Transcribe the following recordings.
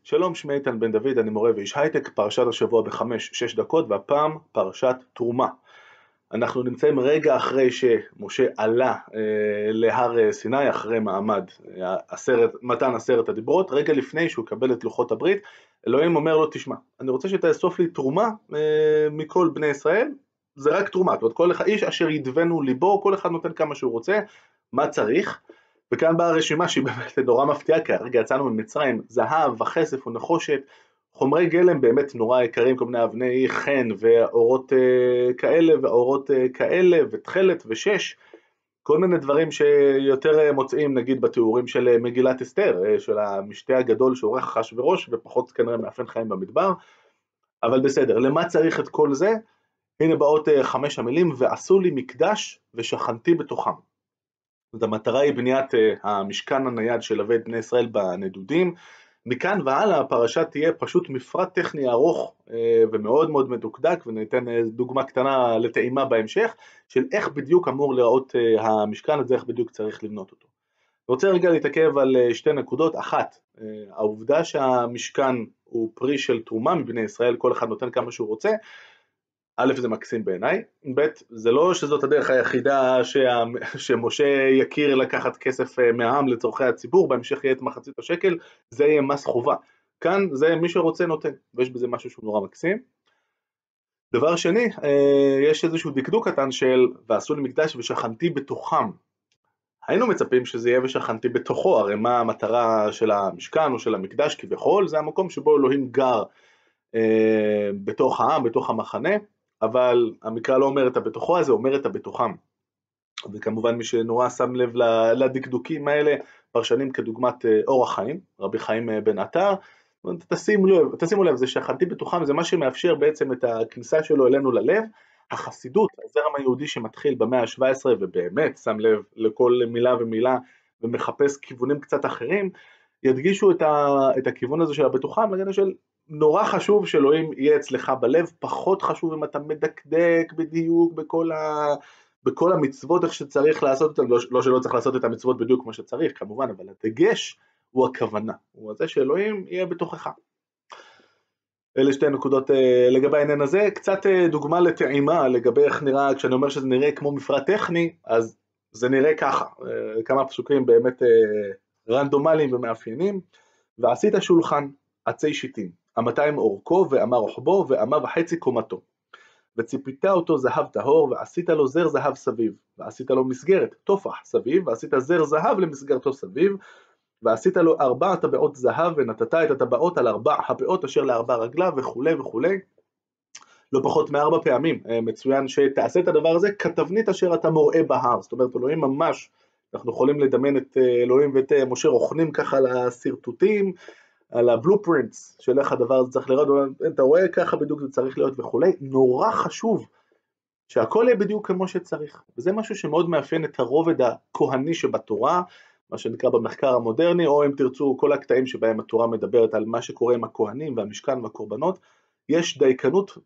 שלום, שמי איתן בן דוד, אני מורה ואיש הייטק, פרשת השבוע ב5-6 דקות, והפעם פרשת תרומה. אנחנו נמצאים רגע אחרי שמשה עלה להר סיני אחרי מעמד מתן 10 הדיברות, רגע לפני שהוא קבל את לוחות הברית. אלוהים אומר לו, תשמע, אני רוצה שתאסוף לי תרומה מכל בני ישראל, זה רק תרומה, זאת אומרת, כל איש אשר ידבנו ליבו, כל אחד נותן כמה שהוא רוצה, מה צריך? וכאן באה הרשימה שהיא באמת נורא מפתיעה, כי הרגע יצאנו ממצרים, זהב וכסף ונחושת, חומרי גלם באמת נורא יקרים, כל מיני אבני חן ואורות כאלה ואורות כאלה ותכלת ושש, כל מיני דברים שיותר מוצאים נגיד בתיאורים של מגילת אסתר, של המשתה הגדול שעורך אחשוורוש ופחות כנראה מאפן חיים במדבר. אבל בסדר, למה צריך את כל זה? הנה באות 5 המילים, ועשו לי מקדש ושכנתי בתוכם. זאת המטרה היא בניית המשכן הנייד שלווה את בני ישראל בנדודים. מכאן והלאה הפרשה תהיה פשוט מפרט טכני ארוך ומאוד מאוד מדוקדק, וניתן דוגמה קטנה לטעימה בהמשך, של איך בדיוק אמור לראות המשכן הזה, איך בדיוק צריך לבנות אותו. אני רוצה רגע להתעכב על 2 נקודות. אחת, העובדה שהמשכן הוא פרי של תרומה מבני ישראל, כל אחד נותן כמה שהוא רוצה, א', זה מקסים בעיניי, ב', זה לא שזאת הדרך היחידה שמשה יכיר לקחת כסף מהעם לצורכי הציבור, בהמשך יהיה את מחצית השקל, זה יהיה מס חובה. כאן זה מי שרוצה נותן, ויש בזה משהו שהוא נורא מקסים. דבר שני, יש איזשהו דקדוק קטן של ועשו לי מקדש ושכנתי בתוכם. היינו מצפים שזה יהיה ושכנתי בתוכו, הרי מה המטרה של המשכן או של המקדש כביכול? זה המקום שבו אלוהים גר בתוך העם, בתוך המחנה, אבל המקרא לא אומר את הבתוכו הזה, אומר את הבתוכם. וכמובן מי שנורא שם לב לדקדוקים האלה, פרשנים כדוגמת אור החיים, רבי חיים בן עטר, תשימו לב, זה שכנתי בתוכם, זה מה שמאפשר בעצם את הכניסה שלו אלינו ללב. החסידות, הזרם היהודי שמתחיל במאה ה-17 ובאמת שם לב לכל מילה ומילה ומחפש כיוונים קצת אחרים, ידגישו את הכיוון הזה של הבתוכם, לגבי של נורא חשוב שאלוהים יהיה אצלך בלב, פחות חשוב אם אתה מדקדק בדיוק בכל המצוות איך שצריך לעשות אותם, לא שלא צריך לעשות את המצוות בדיוק כמו שצריך כמובן, אבל הדגש הוא הכוונה, הוא הזה שאלוהים יהיה בתוכך. אלה 2 נקודות לגבי העניין הזה. קצת דוגמה לטעימה לגבי איך נראה, כשאני אומר שזה נראה כמו מפרט טכני, אז זה נראה ככה, כמה פסוקים באמת רנדומליים ומאפיינים. ועשית שולחן עצי שיטים, 200 אורכו ואמה רוחבו ואמה וחצי קומתו, וציפית אותו זהב טהור, ועשית לו זר זהב סביב, ועשית לו מסגרת תופח סביב, ועשית זר זהב למסגרתו סביב, ועשית לו 4 טבעות זהב, ונתת את הטבעות על 4 הפאות אשר ל4 רגליו וכו' וכו'. לא פחות מ4 פעמים מצוין שתעשה את הדבר הזה כתבנית אשר אתה מוראה בהר. זאת אומרת, אלוהים ממש, אנחנו יכולים לדמיין את אלוהים ואת משה רוכנים ככה על השרטוטים, על הבלופרינטס של איך הדבר הזה צריך לראות, אתה רואה ככה בדיוק זה צריך להיות וכו'. נורא חשוב שהכל יהיה בדיוק כמו שצריך, וזה משהו שמאוד מאפיין את הרובד הכהני שבתורה, מה שנקרא במחקר המודרני, או אם תרצו כל הקטעים שבהם התורה מדברת על מה שקורה עם הכהנים והמשכן והקורבנות, יש דייקנות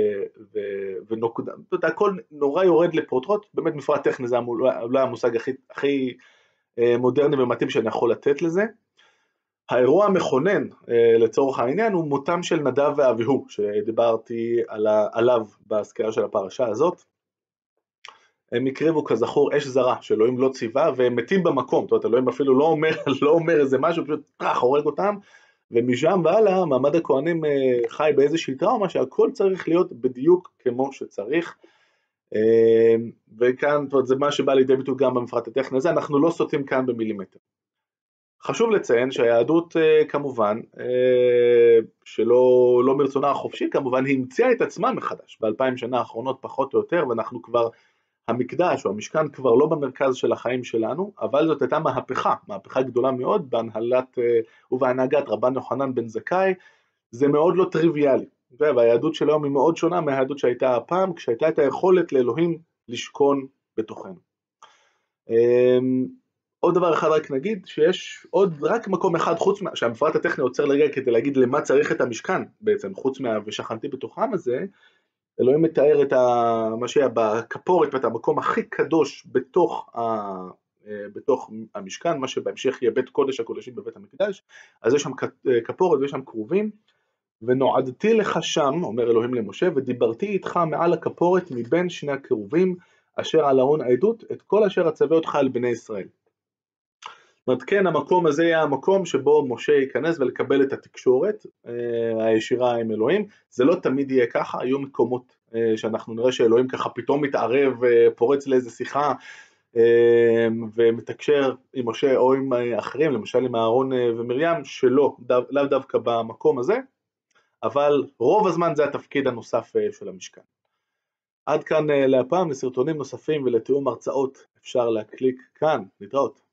ונוקדה, הכל נורא יורד לפרוטרוט, באמת מפרט טכני זה אולי המושג הכי מודרני ומתאים שאני יכול לתת לזה. האירוע המכונן לצורך העניין הוא מותם של נדב ואביהו, שדיברתי עליו בסקירה של הפרשה הזאת. הם הקריבו כזכור אש זרה שאלוהים לא ציווה, והם מתים במקום, זאת אומרת אלוהים אפילו לא אומר איזה משהו, פשוט הורג אותם, ומשם והלאה מעמד הכהנים חי באיזושהי טראומה שהכל צריך להיות בדיוק כמו שצריך. וכאן זה מה שבא לידי ביטוי גם במפרט הטכני הזה, אנחנו לא סוטים כאן במילימטר. חשוב לציין שהיהדות כמובן, שלא מרצונה החופשי כמובן, היא המציאה את עצמה מחדש, ב2000 שנה האחרונות פחות או יותר, ואנחנו כבר, המקדש או המשכן כבר לא במרכז של החיים שלנו, אבל זאת הייתה מהפכה גדולה מאוד, בהנהלת ובהנהגת רבן יוחנן בן זכאי, זה מאוד לא טריוויאלי, והיהדות של היום היא מאוד שונה מהיהדות שהייתה הפעם, כשהייתה את היכולת לאלוהים לשכון בתוכנו. עוד דבר אחד רק נגיד, שיש עוד רק מקום אחד, חוץ שהמפרט הטכני עוצר לרגע כדי להגיד למה צריך את המשכן בעצם, חוץ ושכנתי בתוכם הזה, אלוהים מתאר את מה שהיה בכפורת, את המקום הכי קדוש בתוך בתוך המשכן, מה שבהמשך יהיה בית קודש הקודשים בבית המקדש, אז יש שם כפורת ויש שם כרובים, ונועדתי לך שם, אומר אלוהים למשה, ודיברתי איתך מעל הכפורת מבין שני הכרובים, אשר על ארון העדות, את כל אשר אצווה אותך על בני ישראל. זאת אומרת, כן, המקום הזה יהיה המקום שבו משה ייכנס ולקבל את התקשורת הישירה עם אלוהים. זה לא תמיד יהיה ככה, היו מקומות שאנחנו נראה שאלוהים ככה פתאום מתערב ופורץ לאיזה שיחה ומתקשר עם משה או עם אחרים, למשל עם אהרון ומרים, שלא, לאו דווקא במקום הזה, אבל רוב הזמן זה התפקיד הנוסף של המשכן. עד כאן להפעם. לסרטונים נוספים ולתיאום הרצאות אפשר להקליק כאן. להתראות.